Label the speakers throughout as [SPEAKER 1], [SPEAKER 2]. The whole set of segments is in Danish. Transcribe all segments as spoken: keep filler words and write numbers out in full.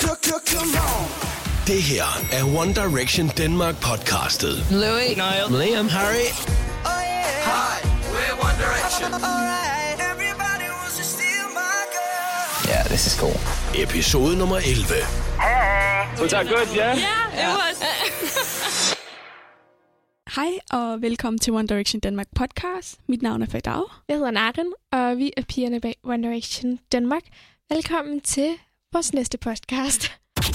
[SPEAKER 1] Det her er One Direction Denmark podcastet.
[SPEAKER 2] Louis, Niall,
[SPEAKER 1] Liam, Harry.
[SPEAKER 3] Oh yeah.
[SPEAKER 4] Hi, we're One Direction.
[SPEAKER 3] Alright, everybody wants to steal my girl.
[SPEAKER 2] Yeah, this is cool.
[SPEAKER 1] Episode nummer elleve.
[SPEAKER 4] Hey. Was that good, yeah?
[SPEAKER 5] Yeah, it was. Hej og velkommen til One Direction Denmark podcast. Mit navn er Fadao.
[SPEAKER 6] Jeg hedder Naren, og vi er pigerne bag One Direction Denmark. Velkommen til vores næste podcast.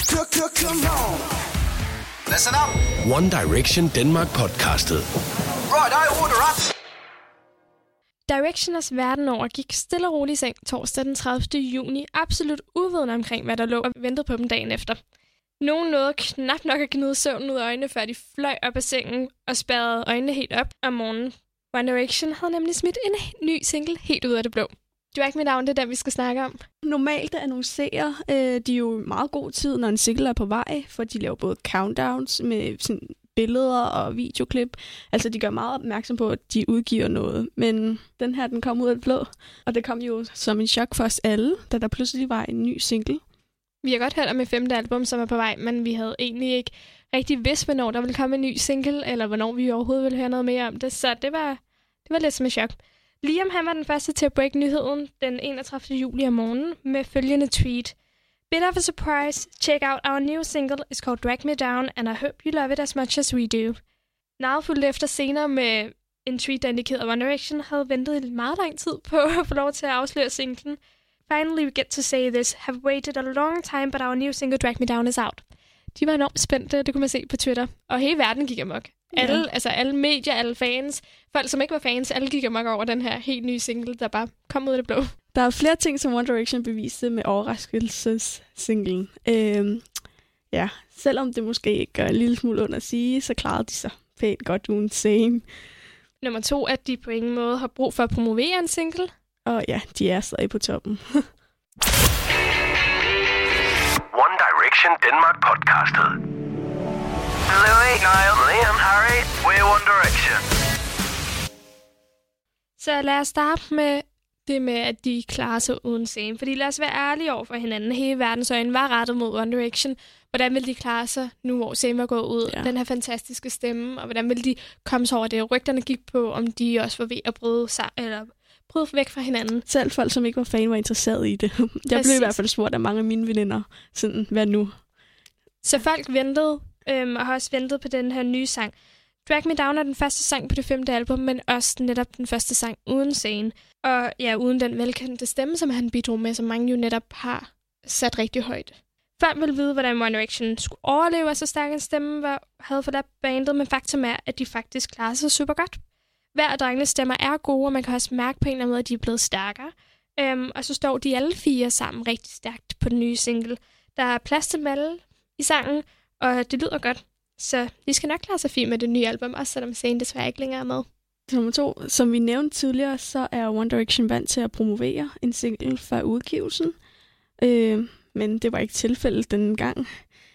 [SPEAKER 4] Listen up.
[SPEAKER 1] One Direction Denmark podcastet.
[SPEAKER 4] Right, I order up.
[SPEAKER 6] Directioners verden over gik stille og roligt i seng torsdag den tredivte juni, absolut uvidende omkring, hvad der lå og ventede på dem dagen efter. Nogen nåede knap nok at gnide søvnen ud af øjnene, før de fløj op af sengen og spærrede øjnene helt op om morgenen. One Direction havde nemlig smidt en ny single helt ud af det blå. Drag Me Down, det er den, vi skal snakke om.
[SPEAKER 5] Normalt annoncerer øh, de jo meget god tid, når en single er på vej, for de laver både countdowns med sådan billeder og videoklip. Altså, de gør meget opmærksom på, at de udgiver noget. Men den her, den kom ud af det blå, og det kom jo som en chok for os alle, da der pludselig var en ny single.
[SPEAKER 6] Vi har godt hørt om et femte album, som er på vej, men vi havde egentlig ikke rigtig vidst, hvornår der ville komme en ny single, eller hvornår vi overhovedet ville høre noget mere om det. Så det var, det var lidt som en chok. Liam, han var den første til at break nyheden den enogtredivte juli om morgenen med følgende tweet. Bit of a surprise. Check out our new single. It's called Drag Me Down, and I hope you love it as much as we do. Niall fulgte efter senere med en tweet, der indikerede, at One Direction havde ventet meget lang tid på at få lov til at afsløre singlen. Finally, we get to say this. Have waited a long time, but our new single Drag Me Down is out. De var enormt spændte, det kunne man se på Twitter. Og hele verden gik amok. Alle, ja. altså alle medier, alle fans, folk som ikke var fans, alle gik amok over den her helt nye single, der bare kom ud af det blå.
[SPEAKER 5] Der er flere ting, som One Direction beviste med overraskelsessinglen. Øhm, ja, selvom det måske ikke gør en lille smule under at sige, så klarede de sig pænt godt uden scene.
[SPEAKER 6] Nummer to, at de på ingen måde har brug for at promovere en single.
[SPEAKER 5] Og ja, de er stadig på toppen.
[SPEAKER 1] One Direction Denmark podcastet.
[SPEAKER 4] Louis, Niall, Liam, Harry, we're One Direction.
[SPEAKER 6] Så lad os starte med det med, at de klarer sig uden scene. Fordi lad os være ærlige over for hinanden. Hele verdens øjne var rettet mod One Direction. Hvordan vil de klare sig nu, hvor scene var gået ud? Ja. Den her fantastiske stemme. Og hvordan vil de komme sig over det? Rygterne gik på, om de også var ved at bryde sig, eller bryde væk fra hinanden.
[SPEAKER 5] Selv folk, som ikke var fan, var interesseret i det. Jeg Præcis. blev i hvert fald spurgt af mange af mine veninder. Sådan, hvad nu?
[SPEAKER 6] Så folk ventede, øhm, og har også ventet på den her nye sang. Drag Me Down er den første sang på det femte album, men også netop den første sang uden scene. Og ja, uden den velkendte stemme, som han bidrog med, som mange jo netop har sat rigtig højt. Folk ville vide, hvordan One Direction skulle overleve af så stærk en stemme, var, havde forladt bandet, men faktum er, at de faktisk klarer sig super godt. Hver af drengenes stemmer er gode, og man kan også mærke på en eller anden måde, at de er blevet stærkere. Øhm, og så står de alle fire sammen rigtig stærkt på den nye single. Der er plads til dem alle i sangen, og det lyder godt. Så de skal nok klare sig fint med det nye album, også selvom scenen desværre ikke længere er med.
[SPEAKER 5] Nummer to, som vi nævnte tidligere, så er One Direction vant til at promovere en single før udgivelsen. Øh, men det var ikke tilfældet denne gang.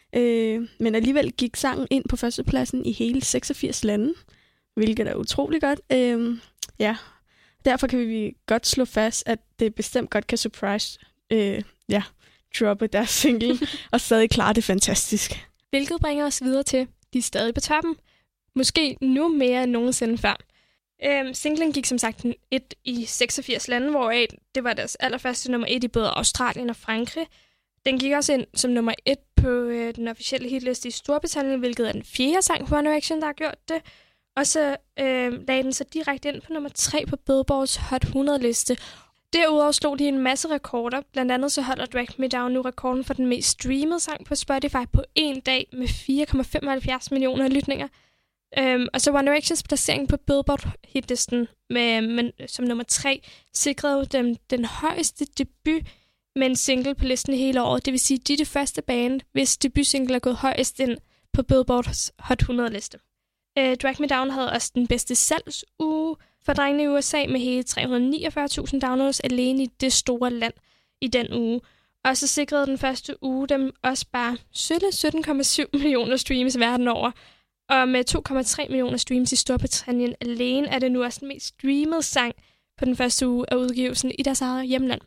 [SPEAKER 5] Øh, men alligevel gik sangen ind på førstepladsen i hele seksogfirs lande, hvilket er utrolig godt. Øh, ja, derfor kan vi godt slå fast, at det bestemt godt kan surprise, øh, ja, droppe deres single, og stadig klare det fantastisk.
[SPEAKER 6] Hvilket bringer os videre til, de er stadig på toppen. Måske nu mere end nogensinde før. Øhm, singlen gik som sagt et i seksogfirs lande, hvoraf det var deres allerførste nummer et i både Australien og Frankrig. Den gik også ind som nummer et på øh, den officielle hitliste i Storbritannien, hvilket er den fjerde sang på One Direction, der har gjort det. Og så øh, lagde den så direkte ind på nummer tre på Billboards Hot hundrede-liste. Derudover slog de en masse rekorder. Blandt andet så holder Drag Me Down nu rekorden for den mest streamede sang på Spotify på en dag med fire komma femoghalvfjerds millioner lytninger. Øhm, og så One Directions placering på Billboard hitlisten med, med, som nummer tre sikrede dem den højeste debut med en single på listen hele året. Det vil sige, de er det første band, hvis debutsingle er gået højest ind på Billboards Hot hundrede-liste. Øh, Drag Me Down havde også den bedste salgsuge for drengene i U S A med hele tre hundrede og niogfyrre tusind downloads alene i det store land i den uge. Og så sikrede den første uge dem også bare sytten komma syv millioner streams verden over. Og med to komma tre millioner streams i Storbritannien alene er det nu også den mest streamede sang på den første uge af udgivelsen i deres eget hjemland.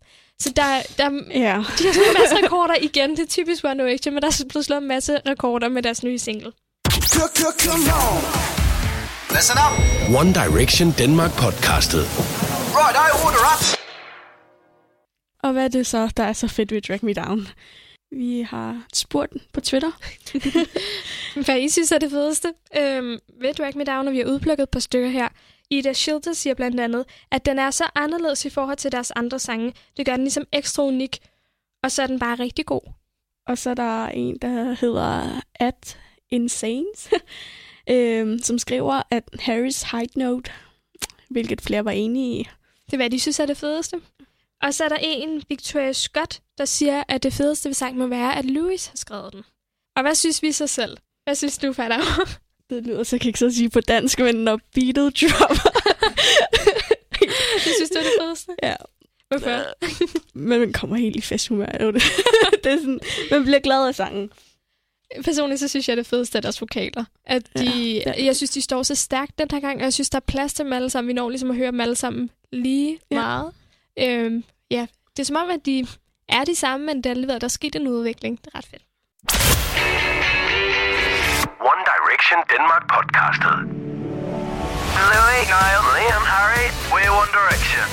[SPEAKER 6] Så der, der,
[SPEAKER 5] Ja.
[SPEAKER 6] de har slået en masse rekorder igen. Det er typisk One Direction, men der er blevet slået en masse rekorder med deres nye single.
[SPEAKER 3] Come on. Listen up.
[SPEAKER 1] One Direction Denmark podcastet.
[SPEAKER 3] Right, I order up.
[SPEAKER 5] Og hvad er det så, der er så fedt ved Drag Me Down? Vi har spurgt på Twitter.
[SPEAKER 6] Hvad I synes er det fedeste øhm, ved Drag Me Down, og vi har udplukket et par stykker her. Ida Schilder siger blandt andet, at den er så anderledes i forhold til deres andre sange. Det gør den ligesom ekstra unik, og så er den bare rigtig god.
[SPEAKER 5] Og så er der en, der hedder At Insanes, øhm, som skriver, at Harrys high note, hvilket flere var enige i.
[SPEAKER 6] Det er, hvad de synes er det fedeste. Og så er der en, Victoria Scott, der siger, at det fedeste ved sangen må være, at Louis har skrevet den. Og hvad synes vi så selv? Hvad synes du, Fader?
[SPEAKER 5] Det lyder så, jeg kan ikke så sige på dansk, men når beatet dropper.
[SPEAKER 6] Det synes du er det fedeste?
[SPEAKER 5] Ja.
[SPEAKER 6] Hvorfor?
[SPEAKER 5] Men man kommer helt i festhumør. Det. Det er sådan, man bliver glad af sangen.
[SPEAKER 6] Personligt så synes jeg, det fedeste er deres vokaler. At de, ja, jeg synes, de står så stærkt den her gang, og jeg synes, der er plads til dem alle sammen. Vi når ligesom at høre dem alle sammen lige
[SPEAKER 5] ja.
[SPEAKER 6] meget. Øhm, ja, det er som om, at de er de samme, men det er alligevel, der er sket en udvikling. Det er ret fedt.
[SPEAKER 4] One Direction Denmark podcastet. Louis, Niall, Liam, Harry, we're One Direction.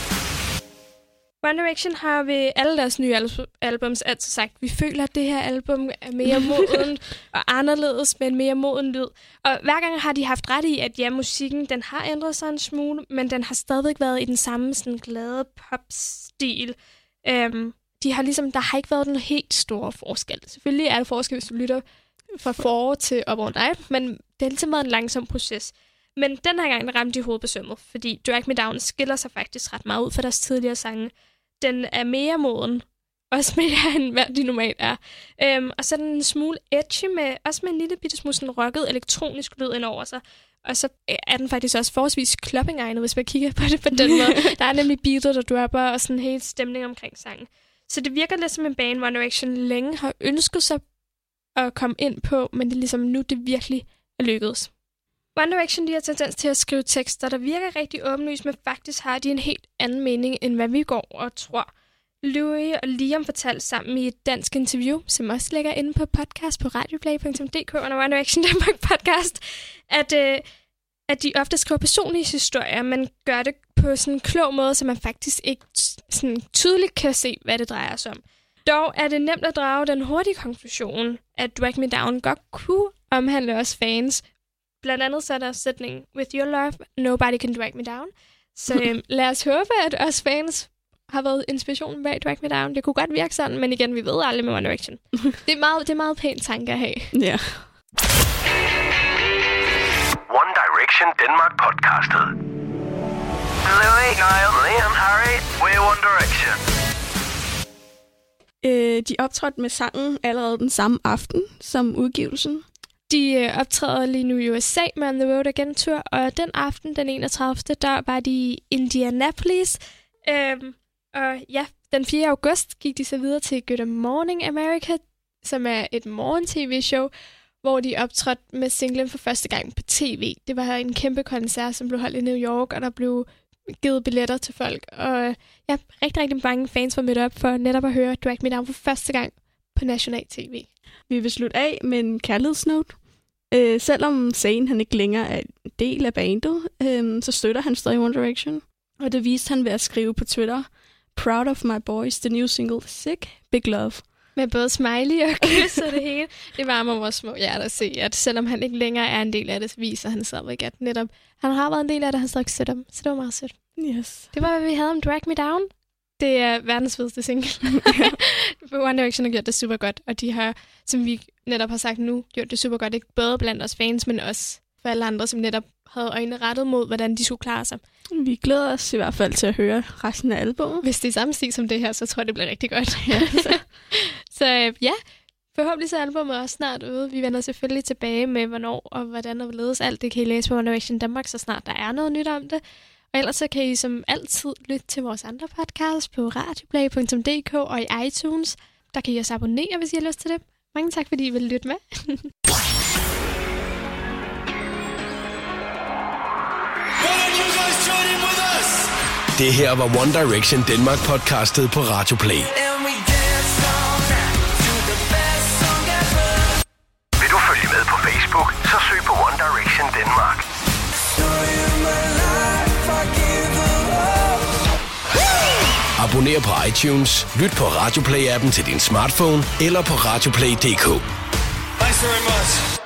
[SPEAKER 6] One Direction har ved alle deres nye al- albums altid sagt, at vi føler, at det her album er mere modent og anderledes med en mere moden lyd. Og hver gang har de haft ret i, at ja, musikken den har ændret sig en smule, men den har stadigvæk været i den samme sådan, glade pop-stil. Øhm, de har ligesom, der har ikke været den helt store forskel. Selvfølgelig er der forskel, hvis du lytter fra forår til Up All Night, men det har ligesom været en langsom proces. Men den her gang ramte de hovedet på sømmet, fordi Drag Me Down skiller sig faktisk ret meget ud fra deres tidligere sange. Den er mere moden, også mere end hvad de normalt er. Øhm, og så er den en smule edgy, med, også med en lille bitte smule sådan rocket elektronisk lyd ind over sig. Og så er den faktisk også forholdsvis klopping-egnet, hvis man kigger på det på den måde. Der er nemlig beatet, der dropper, og sådan en helt stemning omkring sangen. Så det virker lidt som en band, One Direction længe har ønsket sig at komme ind på, men det er ligesom nu, det virkelig er lykkedes. One Direction de har tendens til at skrive tekster, der virker rigtig åbenlyst, men faktisk har de en helt anden mening, end hvad vi går og tror. Louis og Liam fortalte sammen i et dansk interview, som også ligger inde på podcast på radioplay punktum d k under One Direction Denmark podcast, at, øh, at de ofte skriver personlige historier, men gør det på sådan en klog måde, så man faktisk ikke sådan tydeligt kan se, hvad det drejer sig om. Dog er det nemt at drage den hurtige konklusion, at Drag Me Down godt kunne omhandle os fans. Blandt andet så er der sætningen, With your love, nobody can drag me down. Så øhm, lad os håbe, at os fans har været inspirationen bag Drag Me Down. Det kunne godt virke sådan, men igen, vi ved aldrig med One Direction. Det er meget, det er meget pænt tanke at have.
[SPEAKER 5] Ja.
[SPEAKER 4] One Direction Denmark podcastet. Louis, Niall, Liam, Harry, we're One Direction.
[SPEAKER 5] Øh, de optrådte med sangen allerede den samme aften som udgivelsen.
[SPEAKER 6] De øh, optræder lige nu i U S A med On The Road Again Tour, og den aften, den enogtredivte der var de i Indianapolis. Øhm, og ja, den fjerde august gik de så videre til Good Morning America, som er et morgen-tv-show, hvor de optrådte med singlen for første gang på tv. Det var en kæmpe koncert, som blev holdt i New York, og der blev givet billetter til folk. Og ja, rigtig, rigtig mange fans var mødt op for netop at høre Drag Me Down for første gang på national tv.
[SPEAKER 5] Vi vil slutte af med en kærlighedsnote. Øh, selvom Zayn han ikke længere er en del af bandet, øh, så støtter han stadig One Direction. Og det viste han ved at skrive på Twitter, Proud of my boys, the new single, Sick, Big Love.
[SPEAKER 6] Med både smiley og kys og det hele. Det varmer vores små hjerter at se, at selvom han ikke længere er en del af det, så viser han stadigvæk, at netop han har været en del af det, han stadig støtter dem. Så det var meget sødt.
[SPEAKER 5] Yes.
[SPEAKER 6] Det var, hvad vi havde om Drag Me Down. Det er verdens fedeste single. One Direction har gjort det super godt, og de har, som vi netop har sagt nu, gjort det super godt, ikke både blandt os fans, men også for alle andre, som netop havde øjnene rettet mod, hvordan de skulle klare sig.
[SPEAKER 5] Vi glæder os i hvert fald til at høre resten af albumet.
[SPEAKER 6] Hvis det er samme stil som det her, så tror jeg, det bliver rigtig godt. Ja, så så øh, ja, forhåbentlig så er albumet også snart ude. Vi vender selvfølgelig tilbage med, hvornår og hvordan og hvorledes alt det kan I læse på One Direction Danmark, så snart der er noget nyt om det. Og ellers så kan I som altid lytte til vores andre podcast på radioplay punktum d k og i iTunes. Der kan I også abonnere, hvis I har lyst til det. Mange tak, fordi I vil lytte med.
[SPEAKER 3] Why don't you guys join in with us?
[SPEAKER 1] Det her var One Direction Danmark podcastet på Radio Play.
[SPEAKER 3] And we dance all night to the best song ever.
[SPEAKER 4] Vil du følge med på Facebook, så søg på One Direction Danmark.
[SPEAKER 3] Story of my life, I give her up.
[SPEAKER 1] Abonner på iTunes, lyt på Radio Play-appen til din smartphone eller på radioplay punktum d k.
[SPEAKER 3] Thanks very much.